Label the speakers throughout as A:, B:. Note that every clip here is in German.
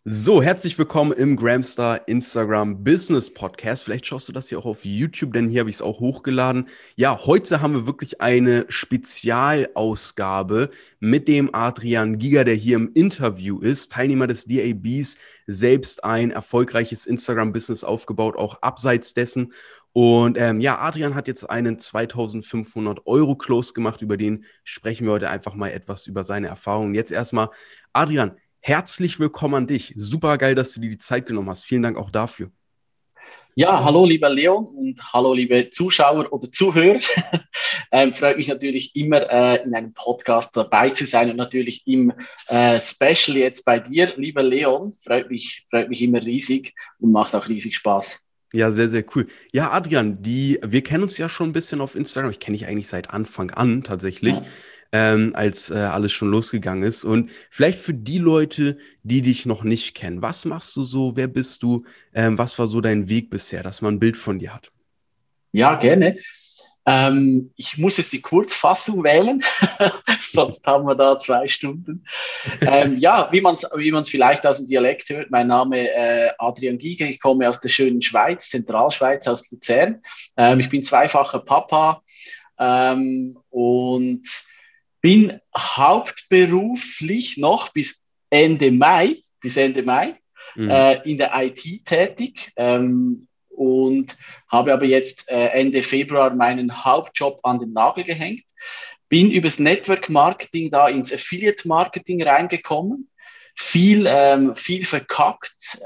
A: So, herzlich willkommen im Gramstar Instagram Business Podcast. Vielleicht schaust du das hier auch auf YouTube, denn hier habe ich es auch hochgeladen. Ja, heute haben wir wirklich eine Spezialausgabe mit dem Adrian Giger, der hier im Interview ist, Teilnehmer des DABs, selbst ein erfolgreiches Instagram-Business aufgebaut, auch abseits dessen. Und Adrian hat jetzt einen 2.500 Euro Close gemacht, über den sprechen wir heute einfach mal etwas über seine Erfahrungen. Jetzt erstmal, Adrian, herzlich willkommen an dich. Super geil, dass du dir die Zeit genommen hast. Vielen Dank auch dafür.
B: Ja, hallo lieber Leon und hallo liebe Zuschauer oder Zuhörer. Freut mich natürlich immer in einem Podcast dabei zu sein und natürlich im Special jetzt bei dir, lieber Leon. Freut mich immer riesig und macht auch riesig Spaß.
A: Ja, sehr, sehr cool. Ja, Adrian, wir kennen uns ja schon ein bisschen auf Instagram. Ich kenne dich eigentlich seit Anfang an tatsächlich, als alles schon losgegangen ist. Und vielleicht für die Leute, die dich noch nicht kennen, was machst du so? Wer bist du? Was war so dein Weg bisher, dass man ein Bild von dir hat?
B: Ja, gerne. Ich muss jetzt die Kurzfassung wählen, sonst haben wir da 2 Stunden. Ja, wie man's vielleicht aus dem Dialekt hört, mein Name Adrian Giger, ich komme aus der schönen Schweiz, Zentralschweiz, aus Luzern. Ich bin zweifacher Papa und bin hauptberuflich noch bis Ende Mai
A: Mhm.
B: in der IT tätig. Und habe aber jetzt Ende Februar meinen Hauptjob an den Nagel gehängt. Bin übers Network Marketing da ins Affiliate Marketing reingekommen, viel verkackt,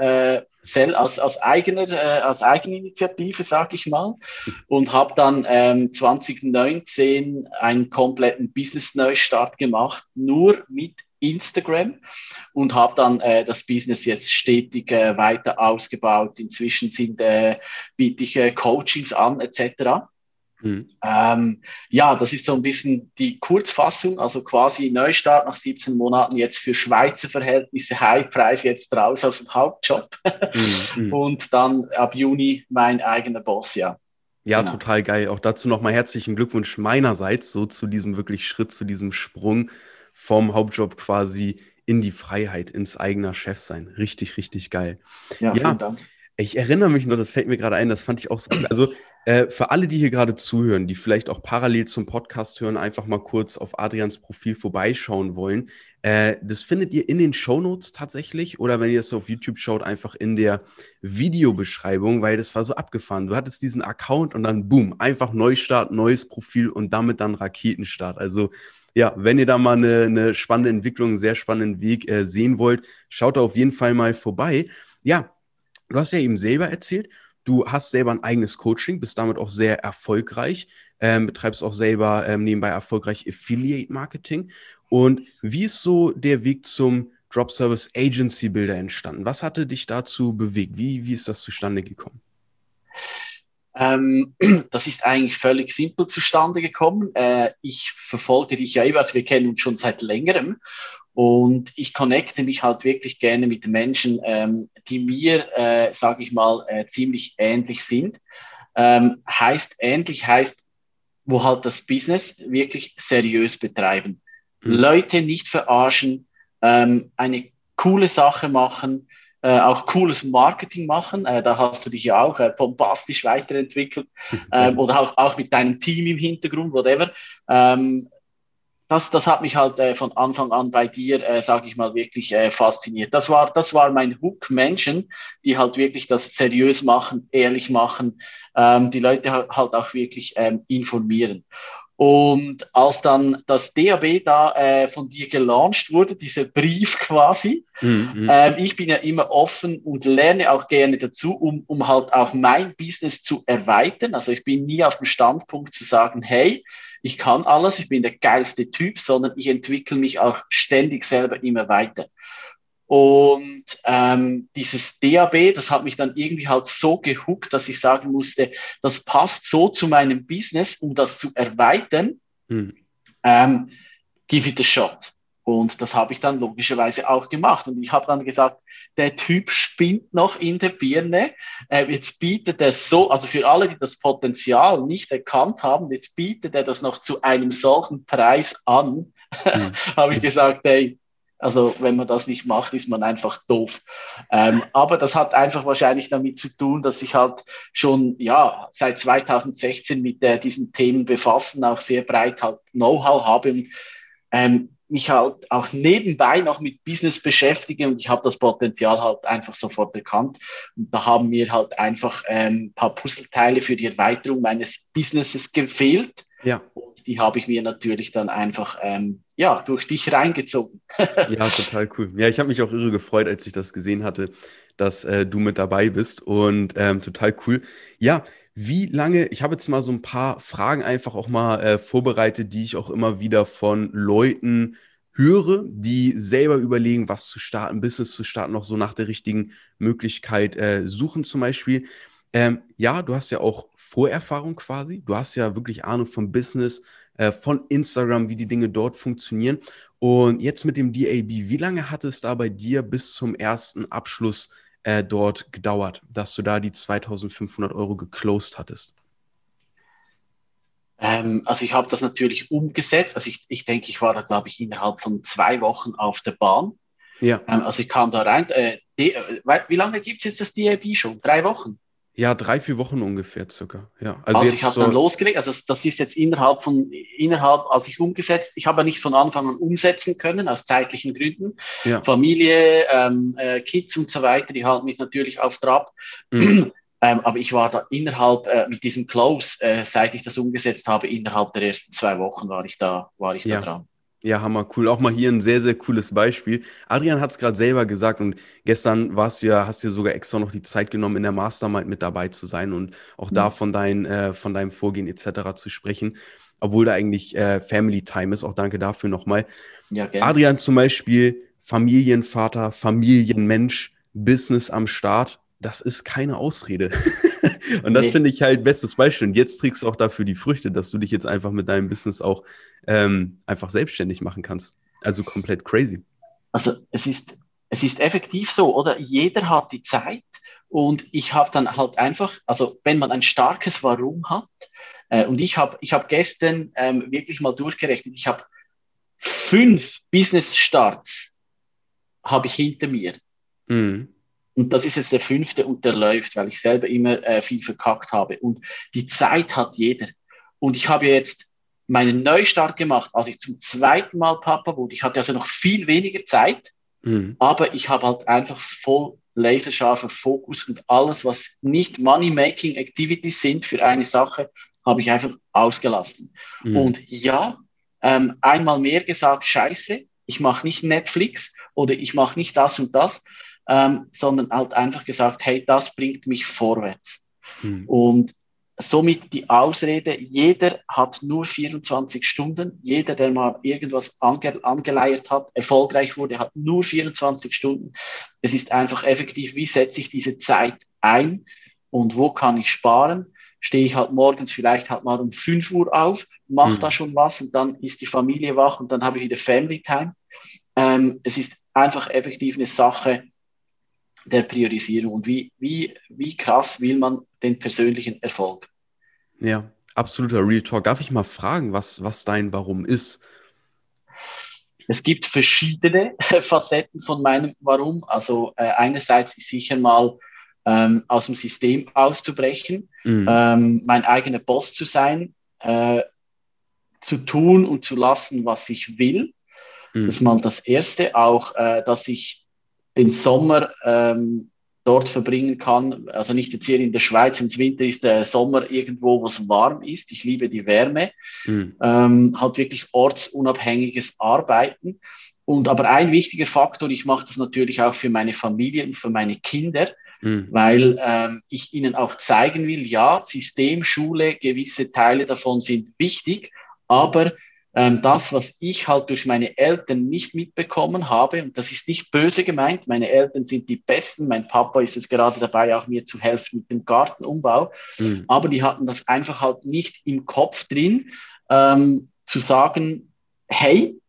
B: aus Eigeninitiative, sag ich mal, und habe dann 2019 einen kompletten Business-Neustart gemacht, nur mit Instagram und habe dann das Business jetzt stetig weiter ausgebaut. Inzwischen biete ich Coachings an etc.
A: Mhm.
B: Ja, das ist so ein bisschen die Kurzfassung, also quasi Neustart nach 17 Monaten jetzt für Schweizer Verhältnisse, High-Preis jetzt raus aus dem Hauptjob
A: Mhm. Mhm.
B: und dann ab Juni mein eigener Boss, ja,
A: Ja,
B: genau.
A: total geil. Auch dazu nochmal herzlichen Glückwunsch meinerseits, so zu diesem wirklich Schritt, zu diesem Sprung vom Hauptjob quasi in die Freiheit, ins eigener Chef sein. Richtig, richtig geil.
B: Ja, vielen
A: Ja,
B: Dank.
A: ich erinnere mich noch, das fällt mir gerade ein, das fand ich auch so cool. Also für alle, die hier gerade zuhören, die vielleicht auch parallel zum Podcast hören, einfach mal kurz auf Adrians Profil vorbeischauen wollen. Das findet ihr in den Shownotes tatsächlich oder wenn ihr das auf YouTube schaut, einfach in der Videobeschreibung, weil das war so abgefahren. Du hattest diesen Account und dann boom, einfach Neustart, neues Profil und damit dann Raketenstart. Also ja, wenn ihr da mal eine spannende Entwicklung, einen sehr spannenden Weg sehen wollt, schaut da auf jeden Fall mal vorbei. Ja, du hast ja eben selber erzählt, du hast selber ein eigenes Coaching, bist damit auch sehr erfolgreich, betreibst auch selber nebenbei erfolgreich Affiliate Marketing. Und wie ist so der Weg zum Drop Service Agency Builder entstanden? Was hatte dich dazu bewegt? Wie ist das zustande gekommen?
B: Ähm, Das ist eigentlich völlig simpel zustande gekommen. Ich verfolge dich ja eben, also wir kennen uns schon seit längerem und ich connecte mich halt wirklich gerne mit Menschen, die mir, sage ich mal, ziemlich ähnlich sind. Heißt, wo halt das Business wirklich seriös betreiben.
A: Mhm.
B: Leute nicht verarschen, eine coole Sache machen, auch cooles Marketing machen. Da hast du dich ja auch bombastisch weiterentwickelt
A: Danke.
B: oder auch mit deinem Team im Hintergrund, whatever. Ähm, das hat mich halt von Anfang an bei dir, sage ich mal, wirklich fasziniert. Das war mein Hook, Menschen, die halt wirklich das seriös machen, ehrlich machen, die Leute halt auch wirklich informieren. Und als dann das DAB da von dir gelauncht wurde, dieser Brief quasi,
A: Mhm. Mhm.
B: ich bin ja immer offen und lerne auch gerne dazu, um halt auch mein Business zu erweitern. Also ich bin nie auf dem Standpunkt zu sagen, hey, ich kann alles, ich bin der geilste Typ, sondern ich entwickle mich auch ständig selber immer weiter. Und dieses DAB, das hat mich dann irgendwie halt so gehuckt, dass ich sagen musste, das passt so zu meinem Business, um das zu erweitern.
A: Mhm.
B: Ähm, Give it a shot. Und das habe ich dann logischerweise auch gemacht. Und ich habe dann gesagt, der Typ spinnt noch in der Birne. Jetzt bietet er so, also für alle, die das Potenzial nicht erkannt haben, jetzt bietet er das noch zu einem solchen Preis an.
A: Mhm.
B: Habe ich gesagt, ey, Also wenn man das nicht macht, ist man einfach doof. Aber das hat einfach wahrscheinlich damit zu tun, dass ich halt schon ja seit 2016 mit diesen Themen befassen, auch sehr breit halt Know-how habe und mich halt auch nebenbei noch mit Business beschäftige und ich habe das Potenzial halt einfach sofort erkannt. Und da haben mir halt einfach ein paar Puzzleteile für die Erweiterung meines Businesses gefehlt.
A: Ja.
B: Und die habe ich mir natürlich dann einfach ja, durch dich reingezogen.
A: Ja, total cool. Ja, ich habe mich auch irre gefreut, als ich das gesehen hatte, dass du mit dabei bist und total cool. Ja, wie lange, ich habe jetzt mal so ein paar Fragen einfach auch mal vorbereitet, die ich auch immer wieder von Leuten höre, die selber überlegen, was zu starten, Business zu starten, noch so nach der richtigen Möglichkeit suchen zum Beispiel. Ja, du hast ja auch Vorerfahrung quasi. Du hast ja wirklich Ahnung vom Business, von Instagram, wie die Dinge dort funktionieren. Und jetzt mit dem DAB, wie lange hat es da bei dir bis zum ersten Abschluss dort gedauert, dass du da die 2.500 € geclosed hattest?
B: Also ich habe das natürlich umgesetzt. Also ich denke, ich war da, glaube ich, innerhalb von 2 Wochen auf der Bahn.
A: Ja,
B: Also ich kam da rein. Wie lange gibt es jetzt das DAB schon? 3 Wochen?
A: ja, 3, 4 Wochen ungefähr circa. Ja, also
B: Also ich
A: jetzt
B: habe dann
A: so,
B: losgelegt, also das ist jetzt als ich umgesetzt, ich habe ja nicht von Anfang an umsetzen können, aus zeitlichen Gründen.
A: ja.
B: Familie, Kids und so weiter, die halten mich natürlich auf Trab.
A: Mm.
B: Aber ich war da innerhalb, mit diesem Close, seit ich das umgesetzt habe, innerhalb der ersten 2 Wochen war ich da
A: Ja,
B: dran.
A: ja, hammer cool. Auch mal hier ein sehr, sehr cooles Beispiel. Adrian hat es gerade selber gesagt und gestern hast du ja sogar extra noch die Zeit genommen, in der Mastermind mit dabei zu sein und auch da
B: Hm.
A: von deinem Vorgehen etc. zu sprechen, obwohl da eigentlich Family Time ist. Auch danke dafür nochmal.
B: Ja, gerne.
A: Adrian zum Beispiel, Familienvater, Familienmensch, Business am Start, das ist keine Ausrede. Und das
B: Nee.
A: finde ich halt bestes Beispiel. Und jetzt trägst du auch dafür die Früchte, dass du dich jetzt einfach mit deinem Business auch einfach selbstständig machen kannst. Also komplett crazy.
B: Also es ist effektiv so, oder? Jeder hat die Zeit und ich habe dann halt einfach, also wenn man ein starkes Warum hat, und ich hab gestern wirklich mal durchgerechnet, ich habe 5 Business-Starts habe ich hinter mir.
A: Mhm.
B: Und das ist jetzt der 5. und der läuft, weil ich selber immer viel verkackt habe. Und die Zeit hat jeder. Und ich habe jetzt meinen Neustart gemacht, als ich zum zweiten Mal Papa wurde. Ich hatte also noch viel weniger Zeit,
A: Mhm.
B: aber ich habe halt einfach voll laserscharfer Fokus und alles, was nicht Money-Making Activities sind für eine Sache, habe ich einfach ausgelassen.
A: Mhm.
B: Und ja, einmal mehr gesagt, scheiße, ich mache nicht Netflix oder ich mache nicht das und das, sondern halt einfach gesagt, hey, das bringt mich vorwärts.
A: Mhm.
B: Und somit die Ausrede, jeder hat nur 24 Stunden, jeder, der mal irgendwas angeleiert hat, erfolgreich wurde, hat nur 24 Stunden. Es ist einfach effektiv, wie setze ich diese Zeit ein und wo kann ich sparen? Stehe ich halt morgens vielleicht halt mal um 5 Uhr auf, mache da
A: Mhm.
B: schon was und dann ist die Familie wach und dann habe ich wieder Family Time. Es ist einfach effektiv eine Sache der Priorisierung und wie krass will man den persönlichen Erfolg.
A: Ja, absoluter Real Talk. Darf ich mal fragen, was dein Warum ist?
B: Es gibt verschiedene Facetten von meinem Warum. Also einerseits ist sicher mal aus dem System auszubrechen,
A: Mhm.
B: mein eigener Boss zu sein, zu tun und zu lassen, was ich will. Das ist
A: Mhm.
B: mal das Erste. Auch, dass ich den Sommer dort verbringen kann. Also nicht jetzt hier in der Schweiz, ins Winter ist der Sommer irgendwo, wo es warm ist. Ich liebe die Wärme.
A: Mhm.
B: Halt wirklich ortsunabhängiges Arbeiten. Und aber ein wichtiger Faktor, ich mache das natürlich auch für meine Familie und für meine Kinder,
A: Mhm.
B: weil ich ihnen auch zeigen will, ja, System, Schule, gewisse Teile davon sind wichtig, aber das, was ich halt durch meine Eltern nicht mitbekommen habe, und das ist nicht böse gemeint, meine Eltern sind die Besten, mein Papa ist jetzt gerade dabei, auch mir zu helfen mit dem Gartenumbau,
A: Mhm.
B: aber die hatten das einfach halt nicht im Kopf drin, zu sagen, hey,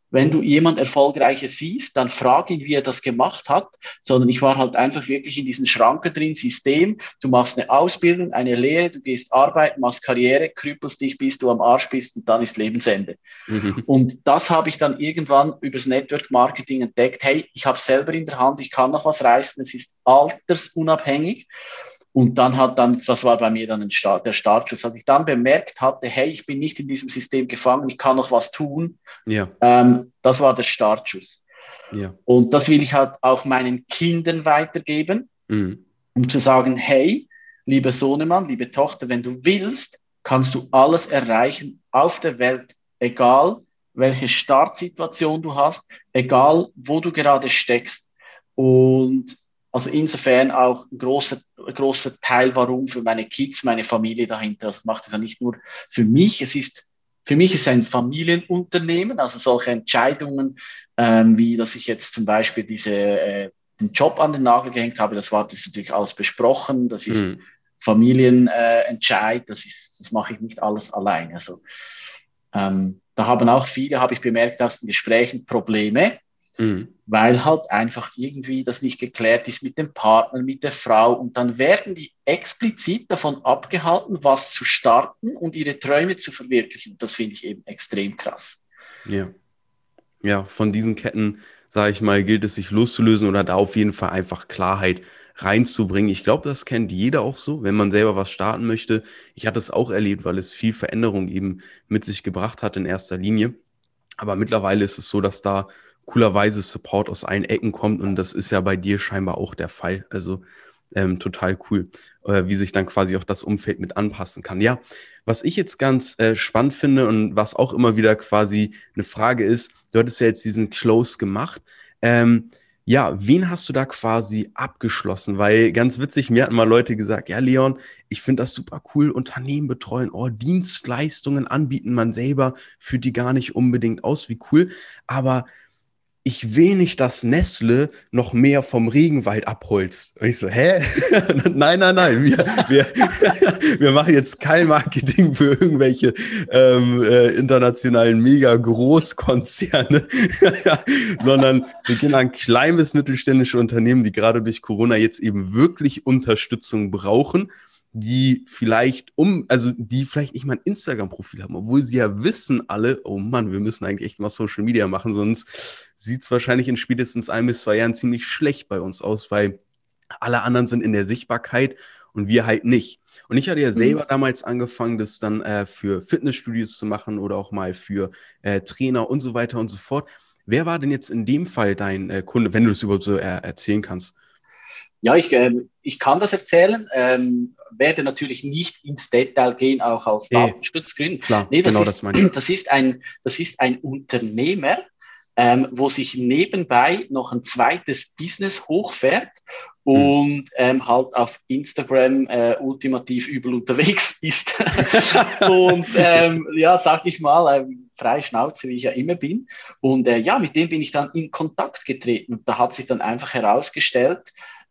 B: wenn du jemand Erfolgreiches siehst, dann frag ihn, wie er das gemacht hat, sondern ich war halt einfach wirklich in diesen Schranken drin, System. Du machst eine Ausbildung, eine Lehre, du gehst arbeiten, machst Karriere, krüppelst dich, bis du am Arsch bist und dann ist Lebensende.
A: Mhm.
B: Und das habe ich dann irgendwann übers Network Marketing entdeckt. Hey, ich habe es selber in der Hand, ich kann noch was reißen, es ist altersunabhängig. Und das war bei mir dann der Startschuss. Als ich dann bemerkt hatte, hey, ich bin nicht in diesem System gefangen, ich kann noch was tun,
A: Ja,
B: das war der Startschuss.
A: ja.
B: Und das will ich halt auch meinen Kindern weitergeben,
A: Mhm.
B: um zu sagen, hey, lieber Sohnemann, liebe Tochter, wenn du willst, kannst du alles erreichen auf der Welt, egal welche Startsituation du hast, egal wo du gerade steckst. Und also insofern auch ein großer Teil, warum für meine Kids, meine Familie dahinter. Das macht es ja nicht nur für mich, für mich ist es ein Familienunternehmen, also solche Entscheidungen, wie dass ich jetzt zum Beispiel den Job an den Nagel gehängt habe, das ist natürlich alles besprochen, das ist
A: Mhm.
B: Familienentscheid, das mache ich nicht alles allein. Also da haben auch viele, habe ich bemerkt aus den Gesprächen, Probleme,
A: Mhm.
B: weil halt einfach irgendwie das nicht geklärt ist mit dem Partner, mit der Frau und dann werden die explizit davon abgehalten, was zu starten und ihre Träume zu verwirklichen. Das finde ich eben extrem krass.
A: Ja. Ja, von diesen Ketten, sage ich mal, gilt es sich loszulösen oder da auf jeden Fall einfach Klarheit reinzubringen. Ich glaube, das kennt jeder auch so, wenn man selber was starten möchte. Ich hatte es auch erlebt, weil es viel Veränderung eben mit sich gebracht hat in erster Linie. Aber mittlerweile ist es so, dass da coolerweise Support aus allen Ecken kommt und das ist ja bei dir scheinbar auch der Fall. Also total cool, wie sich dann quasi auch das Umfeld mit anpassen kann. Ja, was ich jetzt ganz spannend finde und was auch immer wieder quasi eine Frage ist, du hattest ja jetzt diesen Close gemacht. Ähm, ja, wen hast du da quasi abgeschlossen? Weil ganz witzig, mir hatten mal Leute gesagt, ja, Leon, ich finde das super cool, Unternehmen betreuen, oh, Dienstleistungen anbieten, man selber führt die gar nicht unbedingt aus, wie cool. Aber ich will nicht, dass Nestle noch mehr vom Regenwald abholzt. Und ich so, hä? Nein, nein, nein. Wir machen jetzt kein Marketing für irgendwelche internationalen Mega-Großkonzerne, sondern wir gehen an klein bis mittelständische Unternehmen, die gerade durch Corona jetzt eben wirklich Unterstützung brauchen, die vielleicht nicht mal ein Instagram-Profil haben, obwohl sie ja wissen alle, oh Mann, wir müssen eigentlich echt mal Social Media machen, sonst sieht es wahrscheinlich in spätestens 1 bis 2 Jahren ziemlich schlecht bei uns aus, weil alle anderen sind in der Sichtbarkeit und wir halt nicht. Und ich hatte ja selber
B: Mhm.
A: damals angefangen, das dann für Fitnessstudios zu machen oder auch mal für Trainer und so weiter und so fort. Wer war denn jetzt in dem Fall dein Kunde, wenn du das überhaupt so erzählen kannst?
B: Ja, ich kann das erzählen, werde natürlich nicht ins Detail gehen, auch aus Datenschutzgründen.
A: Klar,
B: Nee,
A: genau das meine ich.
B: das ist ein Unternehmer, wo sich nebenbei noch ein zweites Business hochfährt
A: Hm.
B: und halt auf Instagram ultimativ übel unterwegs ist. Und ja, sag ich mal, frei Schnauze, wie ich ja immer bin. Und ja, mit dem bin ich dann in Kontakt getreten. Und da hat sich dann einfach herausgestellt,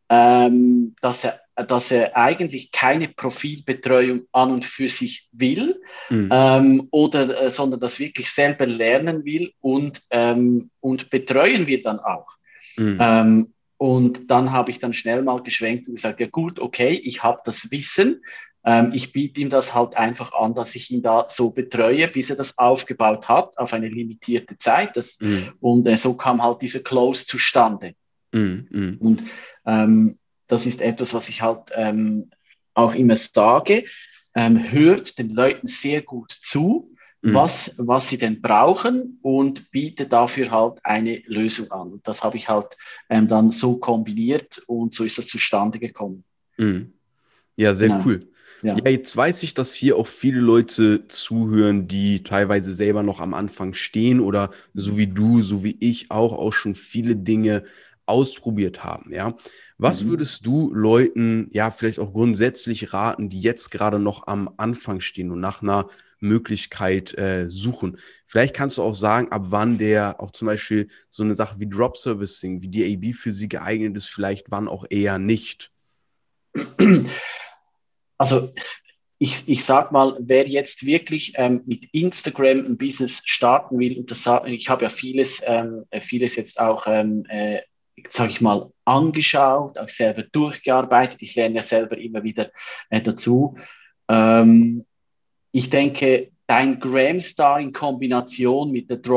B: dass er eigentlich keine Profilbetreuung an und für sich will,
A: Hm.
B: sondern das wirklich selber lernen will und betreuen wir dann auch.
A: Hm.
B: Und dann habe ich dann schnell mal geschwenkt und gesagt, ja gut, okay, ich habe das Wissen. Ich biete ihm das halt einfach an, dass ich ihn da so betreue, bis er das aufgebaut hat auf eine limitierte Zeit.
A: Hm.
B: Und so kam halt dieser Close zustande.
A: Hm. Hm.
B: Und das ist etwas, was ich halt auch immer sage. Hört den Leuten sehr gut zu,
A: Hm.
B: was sie denn brauchen und bietet dafür halt eine Lösung an. Und das habe ich halt dann so kombiniert und so ist das zustande gekommen.
A: Hm. Ja, sehr
B: Genau.
A: cool.
B: Ja.
A: Ja, jetzt weiß ich, dass hier auch viele Leute zuhören, die teilweise selber noch am Anfang stehen oder so wie du, so wie ich auch schon viele Dinge ausprobiert haben, ja. Was
B: Mhm.
A: würdest du Leuten, ja, vielleicht auch grundsätzlich raten, die jetzt gerade noch am Anfang stehen und nach einer Möglichkeit suchen? Vielleicht kannst du auch sagen, ab wann der auch zum Beispiel so eine Sache wie Drop Servicing, wie DAB für sie geeignet ist, vielleicht wann auch eher nicht.
B: Also ich sag mal, wer jetzt wirklich mit Instagram ein Business starten will, und ich habe ja vieles jetzt auch, sage ich mal, angeschaut, auch selber durchgearbeitet. Ich lerne ja selber immer wieder dazu. Ähm, Ich denke, dein Gramstar in Kombination mit der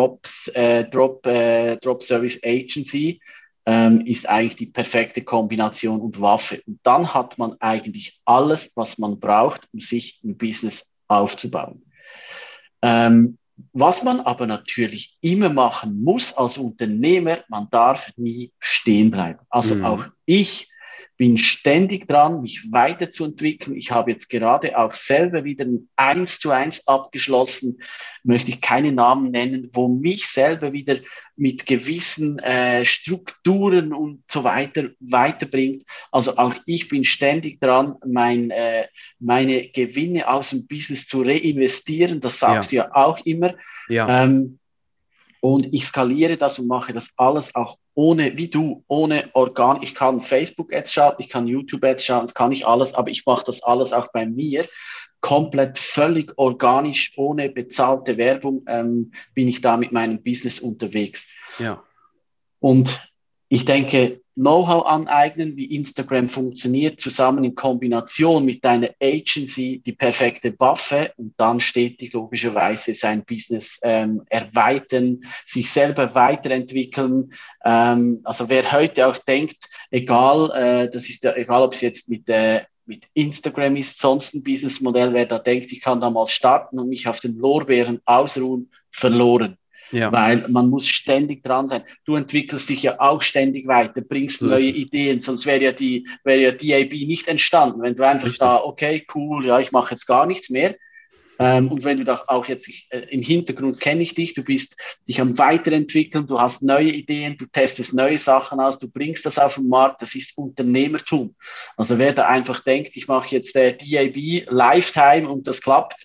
B: Drop Service Agency ist eigentlich die perfekte Kombination und Waffe. Und dann hat man eigentlich alles, was man braucht, um sich ein Business aufzubauen. Ähm, Was man aber natürlich immer machen muss als Unternehmer, man darf nie stehen bleiben. Also auch
A: Mhm.
B: ich bin ständig dran, mich weiterzuentwickeln. Ich habe jetzt gerade auch selber wieder ein 1:1 abgeschlossen, möchte ich keine Namen nennen, wo mich selber wieder mit gewissen Strukturen und so weiter weiterbringt. Also auch ich bin ständig dran, meine Gewinne aus dem Business zu reinvestieren. Das sagst
A: Ja,
B: du ja auch immer.
A: ja,
B: Ähm, und ich skaliere das und mache das alles auch ohne, wie du, ohne Organ. Ich kann Facebook-Ads schalten, ich kann YouTube-Ads schalten, das kann ich alles, aber ich mache das alles auch bei mir. Komplett völlig organisch, ohne bezahlte Werbung, bin ich da mit meinem Business unterwegs.
A: ja.
B: Und ich denke, Know-how aneignen, wie Instagram funktioniert, zusammen in Kombination mit deiner Agency die perfekte Waffe und dann stetig logischerweise sein Business erweitern, sich selber weiterentwickeln. Also wer heute auch denkt, egal, das ist ja egal, ob es jetzt mit Instagram ist, sonst ein Businessmodell, wer da denkt, ich kann da mal starten und mich auf den Lorbeeren ausruhen, verloren,
A: Ja,
B: weil man muss ständig dran sein. Du entwickelst dich ja auch ständig weiter, bringst
A: so ist
B: neue
A: es.
B: Ideen, sonst wäre ja DAB nicht entstanden. Wenn du einfach da,
A: Richtig.
B: okay, cool, ja, ich mache jetzt gar nichts mehr. Und wenn du da auch jetzt im Hintergrund kenne ich dich, du bist dich am Weiterentwickeln, du hast neue Ideen, du testest neue Sachen aus, du bringst das auf den Markt, das ist Unternehmertum. Also wer da einfach denkt, ich mache jetzt DAB Lifetime und das klappt,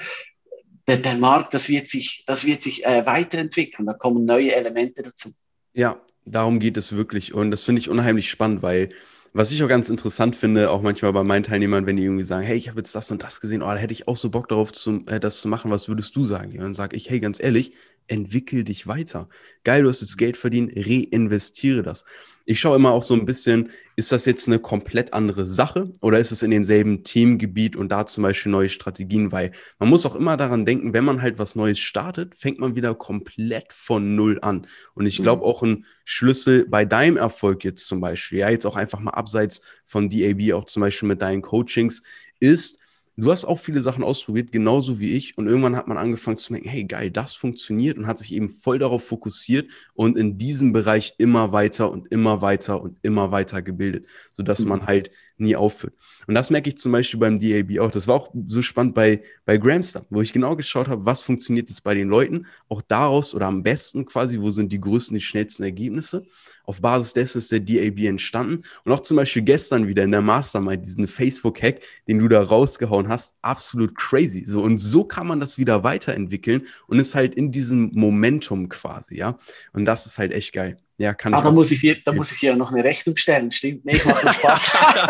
B: der Markt, das wird sich weiterentwickeln. Da kommen neue Elemente dazu.
A: Ja, darum geht es wirklich. Und das finde ich unheimlich spannend, weil was ich auch ganz interessant finde, auch manchmal bei meinen Teilnehmern, wenn die irgendwie sagen, hey, ich habe jetzt das und das gesehen, oh, da hätte ich auch so Bock darauf, das zu machen, was würdest du sagen? Ja, und dann sage ich, hey, ganz ehrlich, entwickel dich weiter. Geil, du hast jetzt Geld verdient, reinvestiere das. Ich schaue immer auch so ein bisschen, ist das jetzt eine komplett andere Sache oder ist es in demselben Themengebiet und da zum Beispiel neue Strategien? Weil man muss auch immer daran denken, wenn man halt was Neues startet, fängt man wieder komplett von Null an. Und ich glaube
B: Mhm.
A: auch ein Schlüssel bei deinem Erfolg jetzt zum Beispiel, ja, jetzt auch einfach mal abseits von DAB, auch zum Beispiel mit deinen Coachings, ist, du hast auch viele Sachen ausprobiert, genauso wie ich. Und irgendwann hat man angefangen zu merken, hey, geil, das funktioniert und hat sich eben voll darauf fokussiert und in diesem Bereich immer weiter und immer weiter und immer weiter gebildet, sodass man
B: Mhm.
A: halt nie aufhört. Und das merke ich zum Beispiel beim DAB auch. Das war auch so spannend bei Gramstar, wo ich genau geschaut habe, was funktioniert jetzt bei den Leuten, auch daraus oder am besten quasi, wo sind die größten, die schnellsten Ergebnisse. Auf Basis dessen ist der DAB entstanden. Und auch zum Beispiel gestern wieder in der Mastermind, diesen Facebook-Hack, den du da rausgehauen hast, absolut crazy. So, und so kann man das wieder weiterentwickeln und ist halt in diesem Momentum quasi, ja. Und das ist halt echt geil. Ja, kann
B: Ah,
A: ich auch.
B: da muss ich dir noch eine Rechnung stellen, stimmt? Nee, ich mache nur Spaß.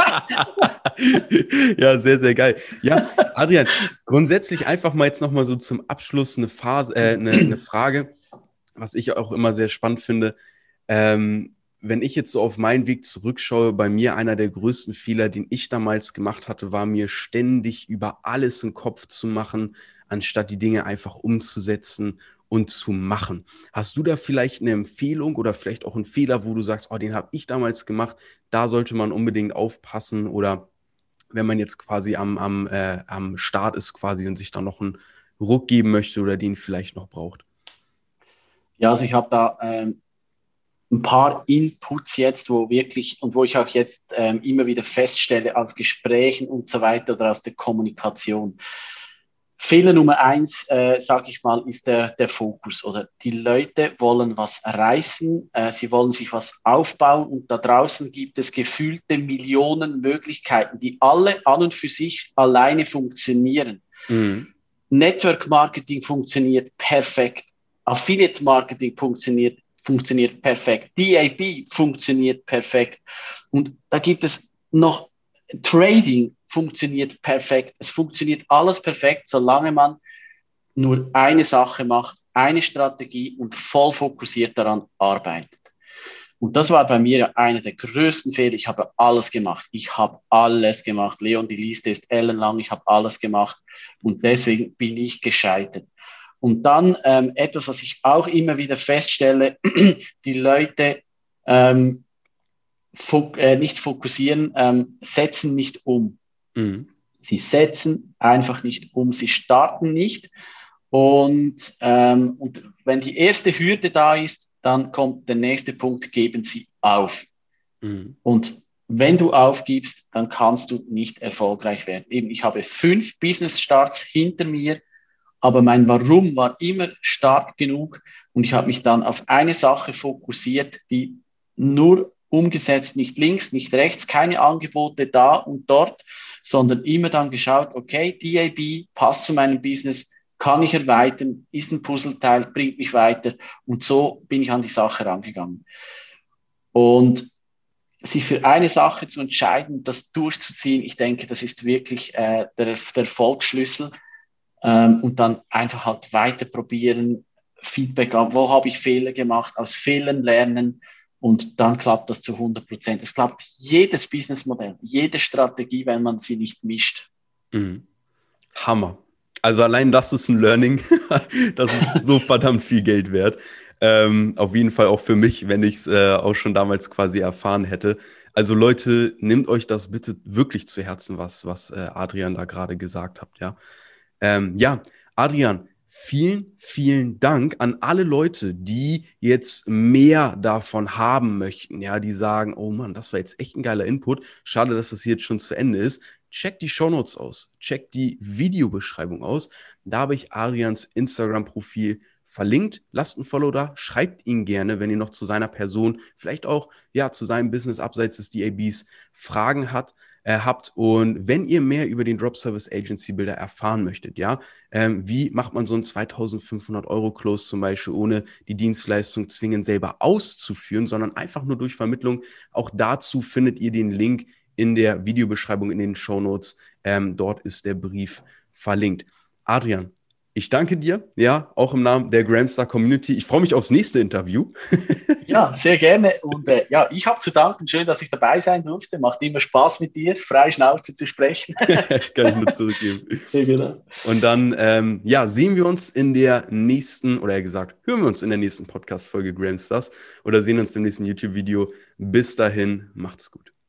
A: Ja, sehr, sehr geil. Ja, Adrian, grundsätzlich einfach mal jetzt nochmal so zum Abschluss eine Frage, was ich auch immer sehr spannend finde. Wenn ich jetzt so auf meinen Weg zurückschaue, bei mir einer der größten Fehler, den ich damals gemacht hatte, war mir ständig über alles einen Kopf zu machen, anstatt die Dinge einfach umzusetzen und zu machen. Hast du da vielleicht eine Empfehlung oder vielleicht auch einen Fehler, wo du sagst, oh, den habe ich damals gemacht, da sollte man unbedingt aufpassen oder wenn man jetzt quasi am Start ist quasi und sich dann noch einen Ruck geben möchte oder den vielleicht noch braucht?
B: Ja, also ich habe da ein paar Inputs jetzt, wo wirklich und wo ich auch jetzt immer wieder feststelle aus Gesprächen und so weiter oder aus der Kommunikation. Fehler Nummer eins, sage ich mal, ist der Fokus. Oder die Leute wollen was reißen, sie wollen sich was aufbauen und da draußen gibt es gefühlte Millionen Möglichkeiten, die alle an und für sich alleine funktionieren.
A: Mhm.
B: Network Marketing funktioniert perfekt. Affiliate Marketing funktioniert perfekt. DAB funktioniert perfekt. Und da gibt es noch Trading funktioniert perfekt. Es funktioniert alles perfekt, solange man nur eine Sache macht, eine Strategie und voll fokussiert daran arbeitet. Und das war bei mir einer der größten Fehler. Ich habe alles gemacht. Ich habe alles gemacht. Leon, die Liste ist ellenlang. Ich habe alles gemacht. Und deswegen bin ich gescheitert. Und dann etwas, was ich auch immer wieder feststelle, die Leute nicht fokussieren, setzen nicht um.
A: Mhm.
B: Sie setzen einfach nicht um. Sie starten nicht. Und wenn die erste Hürde da ist, dann kommt der nächste Punkt, geben Sie auf.
A: Mhm.
B: Und wenn du aufgibst, dann kannst du nicht erfolgreich werden. Eben, ich habe 5 Business-Starts hinter mir, aber mein Warum war immer stark genug und ich habe mich dann auf eine Sache fokussiert, die nur umgesetzt, nicht links, nicht rechts, keine Angebote da und dort, sondern immer dann geschaut, okay, DAB passt zu meinem Business, kann ich erweitern, ist ein Puzzleteil, bringt mich weiter und so bin ich an die Sache rangegangen. Und sich für eine Sache zu entscheiden, das durchzuziehen, ich denke, das ist wirklich der Erfolgsschlüssel. Und dann einfach halt weiter probieren, Feedback an, wo habe ich Fehler gemacht, aus Fehlern lernen und dann klappt das zu 100%. Es klappt jedes Businessmodell, jede Strategie, wenn man sie nicht mischt.
A: Mhm. Hammer. Also allein das ist ein Learning. Das ist so verdammt viel Geld wert. Auf jeden Fall auch für mich, wenn ich es auch schon damals quasi erfahren hätte. Also Leute, nehmt euch das bitte wirklich zu Herzen, was Adrian da gerade gesagt hat. Ja, Adrian, vielen, vielen Dank an alle Leute, die jetzt mehr davon haben möchten. Ja, die sagen, oh Mann, das war jetzt echt ein geiler Input. Schade, dass das jetzt schon zu Ende ist. Checkt die Shownotes aus, checkt die Videobeschreibung aus. Da habe ich Adrians Instagram-Profil verlinkt. Lasst ein Follow da, schreibt ihn gerne, wenn ihr noch zu seiner Person, vielleicht auch ja zu seinem Business abseits des DABs Fragen habt. Und wenn ihr mehr über den Drop Service Agency Builder erfahren möchtet, wie macht man so einen 2.500 € Close zum Beispiel, ohne die Dienstleistung zwingend selber auszuführen, sondern einfach nur durch Vermittlung. Auch dazu findet ihr den Link in der Videobeschreibung, in den Shownotes. Dort ist der Brief verlinkt. Adrian, ich danke dir, ja, auch im Namen der Gramstar Community. Ich freue mich aufs nächste Interview.
B: Ja, sehr gerne. Und ja, ich habe zu danken. Schön, dass ich dabei sein durfte. Macht immer Spaß mit dir, frei Schnauze zu sprechen.
A: Kann ich nur zurückgeben.
B: Ja, genau.
A: Und dann, sehen wir uns in der nächsten, oder eher gesagt, hören wir uns in der nächsten Podcast-Folge Gramstars oder sehen uns im nächsten YouTube-Video. Bis dahin, macht's gut.